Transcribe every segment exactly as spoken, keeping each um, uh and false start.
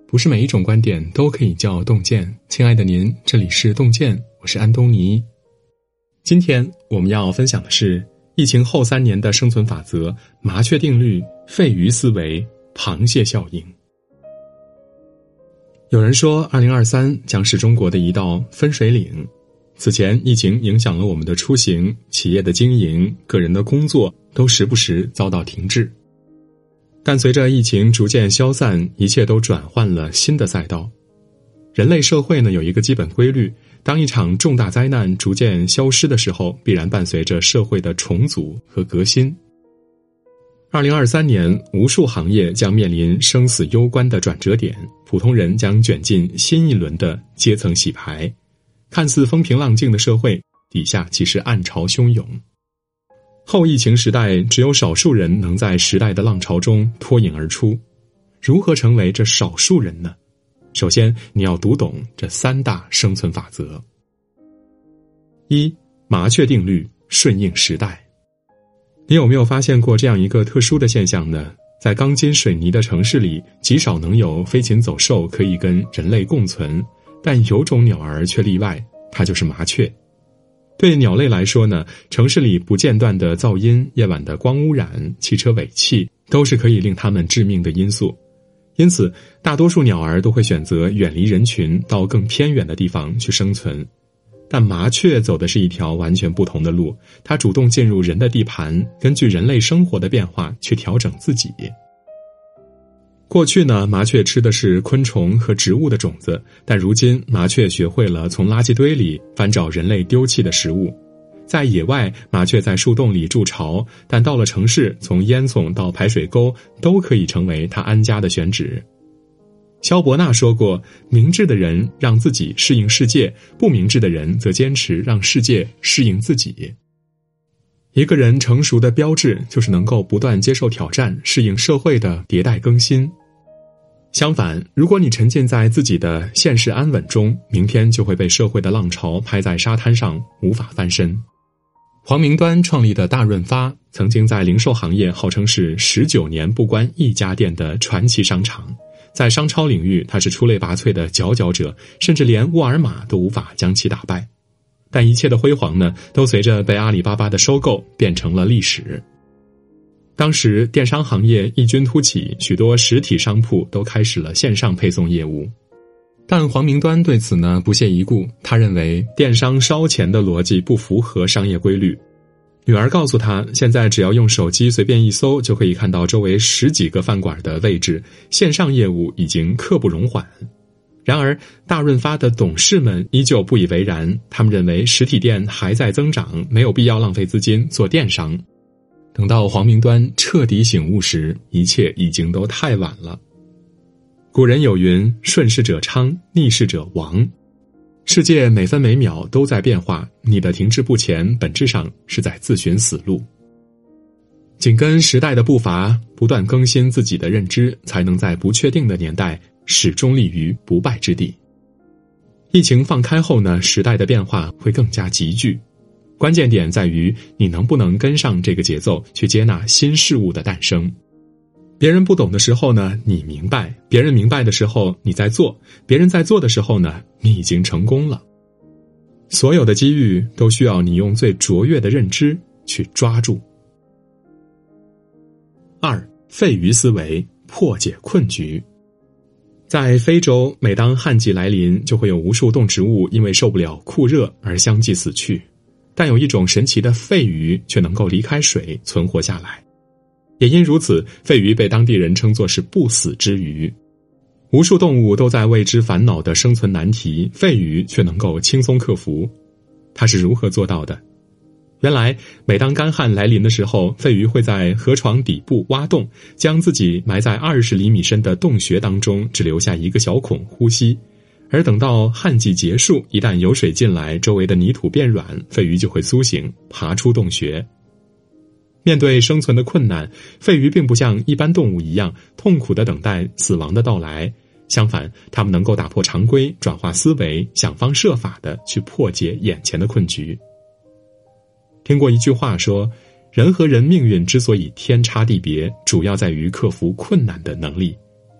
不是每一种观点都可以叫洞见。亲爱的您，这里是洞见，我是安东尼。今天我们要分享的是疫情后三年的生存法则、麻雀定律、肺鱼思维、螃蟹效应。有人说二零二三将是中国的一道分水岭。此前疫情影响了我们的出行，企业的经营，个人的工作都时不时遭到停滞。但随着疫情逐渐消散，一切都转换了新的赛道。人类社会呢有一个基本规律，当一场重大灾难逐渐消失的时候，必然伴随着社会的重组和革新。二零二三年，无数行业将面临生死攸关的转折点，普通人将卷进新一轮的阶层洗牌。看似风平浪静的社会，底下其实暗潮汹涌。后疫情时代，只有少数人能在时代的浪潮中脱颖而出。如何成为这少数人呢？首先，你要读懂这三大生存法则。一、麻雀定律，顺应时代。你有没有发现过这样一个特殊的现象呢？在钢筋水泥的城市里，极少能有飞禽走兽可以跟人类共存，但有种鸟儿却例外，它就是麻雀。对鸟类来说呢，城市里不间断的噪音、夜晚的光污染、汽车尾气，都是可以令它们致命的因素。因此，大多数鸟儿都会选择远离人群，到更偏远的地方去生存。但麻雀走的是一条完全不同的路，它主动进入人的地盘，根据人类生活的变化去调整自己。过去呢，麻雀吃的是昆虫和植物的种子，但如今麻雀学会了从垃圾堆里翻找人类丢弃的食物。在野外，麻雀在树洞里筑巢，但到了城市，从烟囱到排水沟都可以成为它安家的选址。萧伯纳说过，明智的人让自己适应世界，不明智的人则坚持让世界适应自己。一个人成熟的标志就是能够不断接受挑战，适应社会的迭代更新。相反，如果你沉浸在自己的现实安稳中，明天就会被社会的浪潮拍在沙滩上，无法翻身。黄明端创立的大润发，曾经在零售行业号称是十九年不关一家店的传奇商场。在商超领域，它是出类拔萃的佼佼者，甚至连沃尔玛都无法将其打败。但一切的辉煌呢，都随着被阿里巴巴的收购变成了历史。当时电商行业异军突起，许多实体商铺都开始了线上配送业务。但黄明端对此呢不屑一顾，他认为电商烧钱的逻辑不符合商业规律。女儿告诉他，现在只要用手机随便一搜，就可以看到周围十几个饭馆的位置，线上业务已经刻不容缓。然而大润发的董事们依旧不以为然，他们认为实体店还在增长，没有必要浪费资金做电商。等到黄明端彻底醒悟时，一切已经都太晚了。古人有云，顺势者昌，逆势者亡。世界每分每秒都在变化，你的停滞不前本质上是在自寻死路。紧跟时代的步伐，不断更新自己的认知，才能在不确定的年代始终立于不败之地。疫情放开后呢，时代的变化会更加急剧。关键点在于你能不能跟上这个节奏，去接纳新事物的诞生。别人不懂的时候呢，你明白；别人明白的时候，你在做；别人在做的时候呢，你已经成功了。所有的机遇都需要你用最卓越的认知去抓住。二、肺鱼思维，破解困局。在非洲，每当旱季来临，就会有无数动植物因为受不了酷热而相继死去。但有一种神奇的肺鱼却能够离开水存活下来，也因如此，肺鱼被当地人称作是不死之鱼。无数动物都在为之烦恼的生存难题，肺鱼却能够轻松克服。它是如何做到的？原来，每当干旱来临的时候，肺鱼会在河床底部挖洞，将自己埋在二十厘米深的洞穴当中，只留下一个小孔呼吸。而等到旱季结束，一旦有水进来，周围的泥土变软，肺鱼就会苏醒，爬出洞穴。面对生存的困难，肺鱼并不像一般动物一样痛苦地等待死亡的到来，相反，它们能够打破常规，转化思维，想方设法地去破解眼前的困局。听过一句话说，人和人命运之所以天差地别，主要在于克服困难的能力。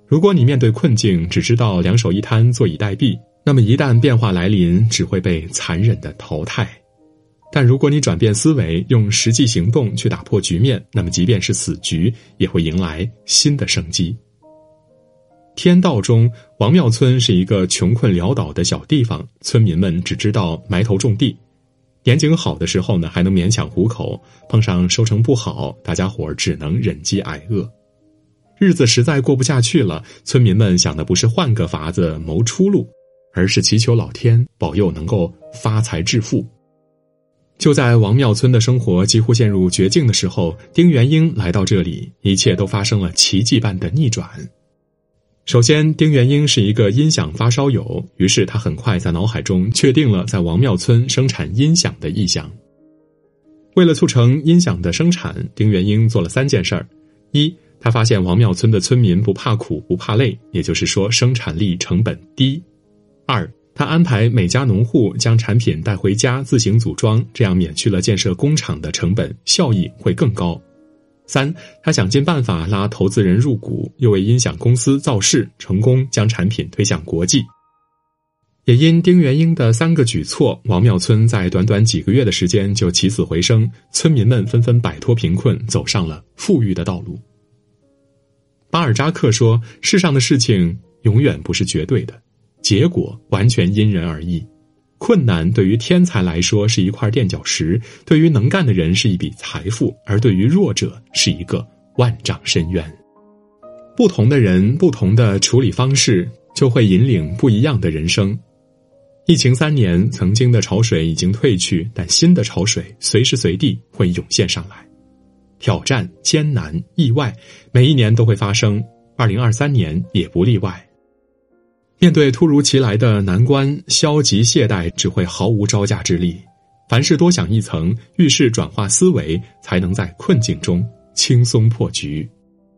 如果你面对困境只知道两手一摊坐以待毙，那么一旦变化来临，只会被残忍的淘汰。但如果你转变思维，用实际行动去打破局面，那么即便是死局，也会迎来新的生机。天道中，王庙村是一个穷困潦倒的小地方，村民们只知道埋头种地。年景好的时候呢，还能勉强糊口，碰上收成不好，大家伙儿只能忍饥挨饿。日子实在过不下去了，村民们想的不是换个法子谋出路，而是祈求老天保佑能够发财致富。就在王庙村的生活几乎陷入绝境的时候，丁元英来到这里，一切都发生了奇迹般的逆转。首先，丁元英是一个音响发烧友，于是他很快在脑海中确定了在王庙村生产音响的意向。为了促成音响的生产，丁元英做了三件事儿：一，他发现王庙村的村民不怕苦不怕累，也就是说生产力成本低；二，他安排每家农户将产品带回家自行组装，这样免去了建设工厂的成本，效益会更高；三，他想尽办法拉投资人入股，又为音响公司造势，成功将产品推向国际。也因丁元英的三个举措，王庙村在短短几个月的时间就起死回生，村民们纷纷摆脱贫困，走上了富裕的道路。巴尔扎克说，世上的事情永远不是绝对的，结果完全因人而异。困难对于天才来说是一块垫脚石，对于能干的人是一笔财富，而对于弱者是一个万丈深渊。不同的人，不同的处理方式，就会引领不一样的人生。疫情三年，曾经的潮水已经退去，但新的潮水随时随地会涌现上来。挑战、艰难、意外，每一年都会发生，二零二三年也不例外。面对突如其来的难关，消极懈怠只会毫无招架之力。凡事多想一层，遇事转化思维，才能在困境中轻松破局。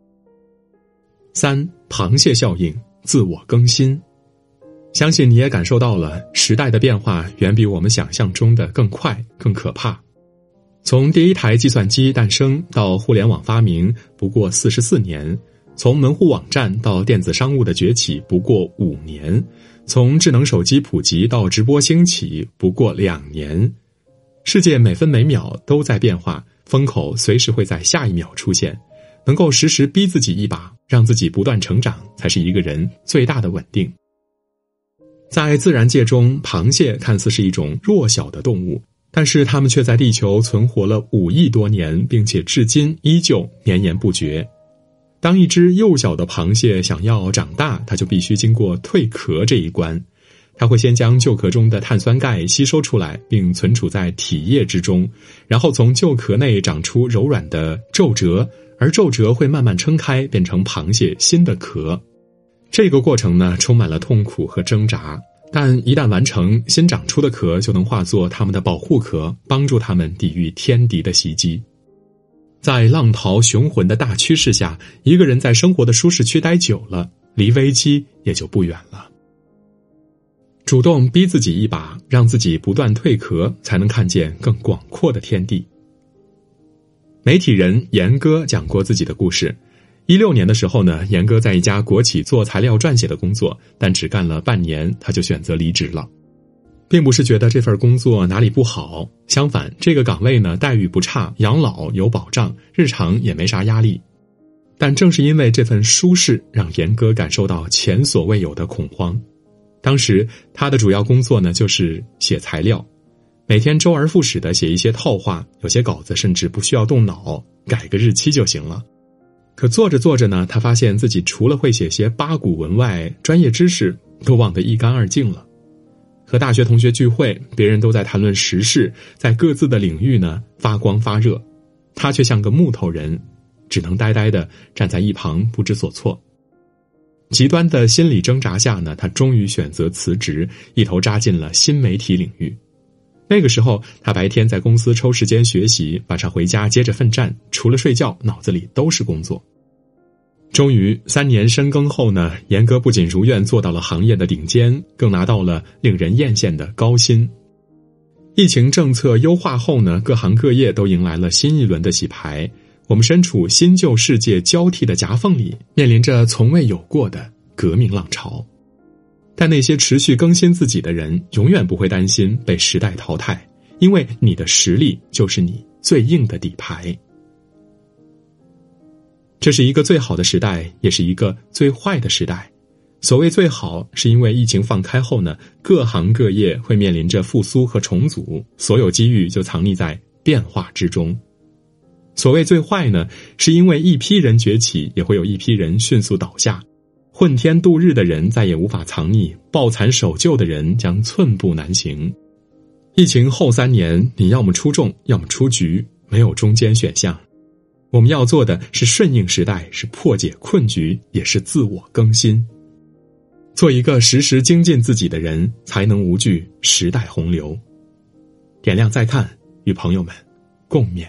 三、螃蟹效应，自我更新。相信你也感受到了，时代的变化远比我们想象中的更快、更可怕。从第一台计算机诞生到互联网发明，不过四十四年。从门户网站到电子商务的崛起，不过五年；从智能手机普及到直播兴起，不过两年。世界每分每秒都在变化，风口随时会在下一秒出现。能够时时逼自己一把，让自己不断成长，才是一个人最大的稳定。在自然界中，螃蟹看似是一种弱小的动物，但是它们却在地球存活了五亿多年，并且至今依旧绵延不绝。当一只幼小的螃蟹想要长大，它就必须经过蜕壳这一关。它会先将旧壳中的碳酸钙吸收出来，并存储在体液之中，然后从旧壳内长出柔软的皱褶，而皱褶会慢慢撑开，变成螃蟹新的壳。这个过程呢，充满了痛苦和挣扎，但一旦完成，新长出的壳就能化作它们的保护壳，帮助它们抵御天敌的袭击。在浪淘雄浑的大趋势下，一个人在生活的舒适区待久了，离危机也就不远了。主动逼自己一把，让自己不断蜕壳，才能看见更广阔的天地。媒体人严哥讲过自己的故事。一六年的时候呢，严哥在一家国企做材料撰写的工作，但只干了半年，他就选择离职了。并不是觉得这份工作哪里不好，相反，这个岗位呢待遇不差，养老有保障，日常也没啥压力。但正是因为这份舒适，让严哥感受到前所未有的恐慌。当时他的主要工作呢就是写材料，每天周而复始地写一些套话，有些稿子甚至不需要动脑，改个日期就行了。可做着做着呢，他发现自己除了会写些八股文外，专业知识都忘得一干二净了。和大学同学聚会，别人都在谈论时事，在各自的领域呢发光发热，他却像个木头人，只能呆呆地站在一旁不知所措。极端的心理挣扎下呢，他终于选择辞职，一头扎进了新媒体领域。那个时候，他白天在公司抽时间学习，晚上回家接着奋战，除了睡觉，脑子里都是工作。终于三年深耕后呢，严哥不仅如愿做到了行业的顶尖，更拿到了令人艳羡的高薪。疫情政策优化后呢，各行各业都迎来了新一轮的洗牌。 我们身处新旧世界交替的夹缝里，面临着从未有过的革命浪潮。但那些持续更新自己的人，永远不会担心被时代淘汰，因为你的实力就是你最硬的底牌。这是一个最好的时代，也是一个最坏的时代。所谓最好，是因为疫情放开后呢，各行各业会面临着复苏和重组，所有机遇就藏匿在变化之中。所谓最坏呢，是因为一批人崛起，也会有一批人迅速倒下。混天度日的人再也无法藏匿，抱残守旧的人将寸步难行。疫情后三年，你要么出众，要么出局，没有中间选项。我们要做的是顺应时代，是破解困局，也是自我更新。做一个时时精进自己的人，才能无惧时代洪流。点亮再看，与朋友们共勉。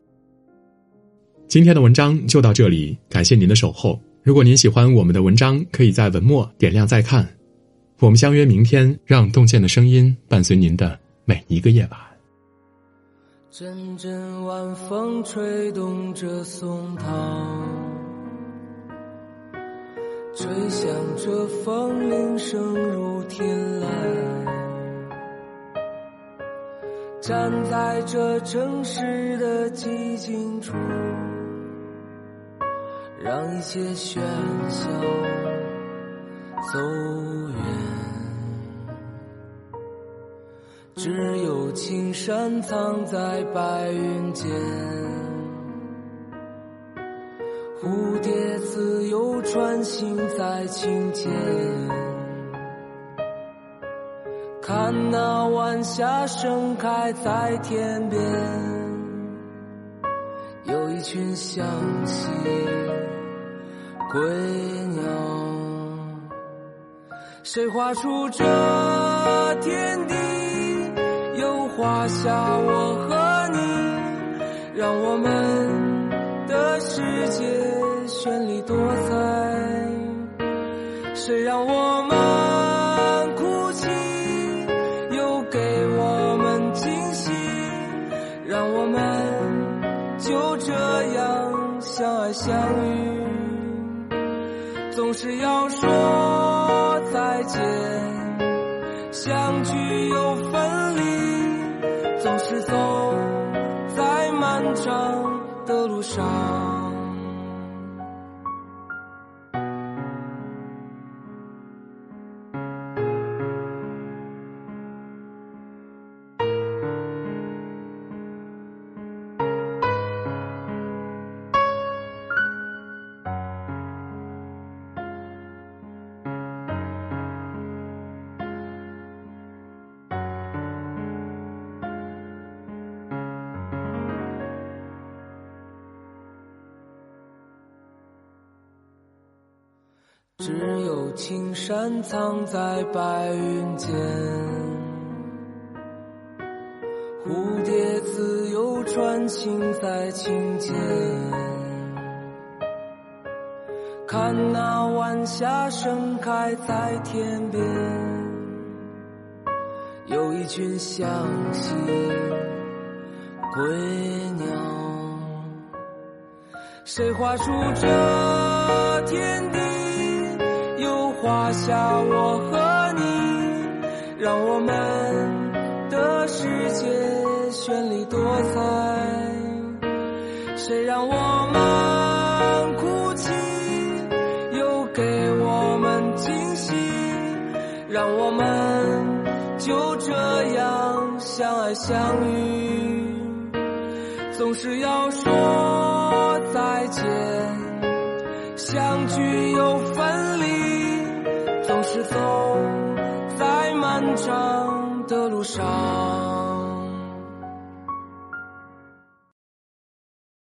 今天的文章就到这里，感谢您的守候。如果您喜欢我们的文章，可以在文末点亮再看。我们相约明天，让洞见的声音伴随您的每一个夜晚。 阵阵晚风吹动着松涛，吹响着风铃声如天籁，站在这城市的寂静处，让一切喧嚣走远。只有青山藏在白云间，蝴蝶自由穿行在清涧，看那晚霞盛开在天边，有一群向西归鸟，谁画出这天地，又画下我和你，让我们的世界绚丽多彩。谁让我们哭泣，又给我们惊喜，让我们就这样相爱相遇。总是要说再见，相聚又分离，总是走在漫长的路上。只有青山藏在白云间，蝴蝶自由穿行在清涧，看那晚霞盛开在天边，有一群向西归鸟，谁画出这天地，画下我和你，让我们的世界绚丽多彩。谁让我们哭泣，又给我们惊喜，让我们就这样相爱相遇。总是要说再见，相聚又分离，总是走在漫长的路上。